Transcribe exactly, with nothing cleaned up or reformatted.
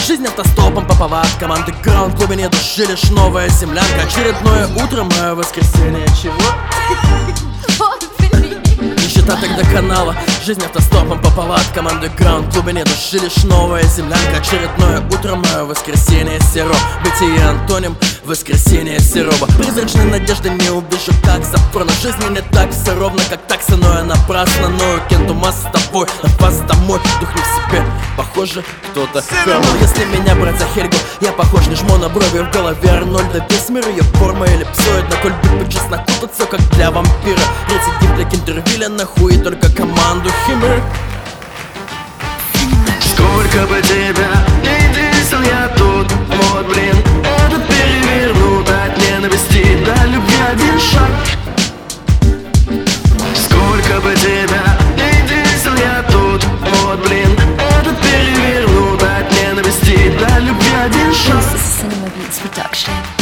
Жизнь автостопом по повадкам, андеграунд в глубине души лишь новая землянка. Очередное утро, мое воскресенье. Чего? Нищета тогда канала, жизнь автостопом по повадкам, андеграунд в глубине души лишь новая землянка. Очередное утро, мое воскресенье. Серо, бытие антоним, воскресенье сероба. Призрачной надежды не увижу, как завтра. На жизни не так все ровно, как такса, но я напрасно ною. Кенту масс с тобой, на вас домой, дух не в себе. Похоже, кто-то вернул. Если меня брать за Хельгу, я похож лишь на брови в голове Арнольда. Весь мир ее форма эллипсоидна. Коль быть по чесноку, тут все как для вампира. Рецидив для Киндервилля, нахуй только команду Химмер. Сколько бы тебя не дисел я тут, вот блин, этот перевернут от ненависти до любви один шаг. Сколько бы тебя не дисел я тут, вот блин, этот перевернут от ненависти до любви один шаг. This is Cinema Beats production.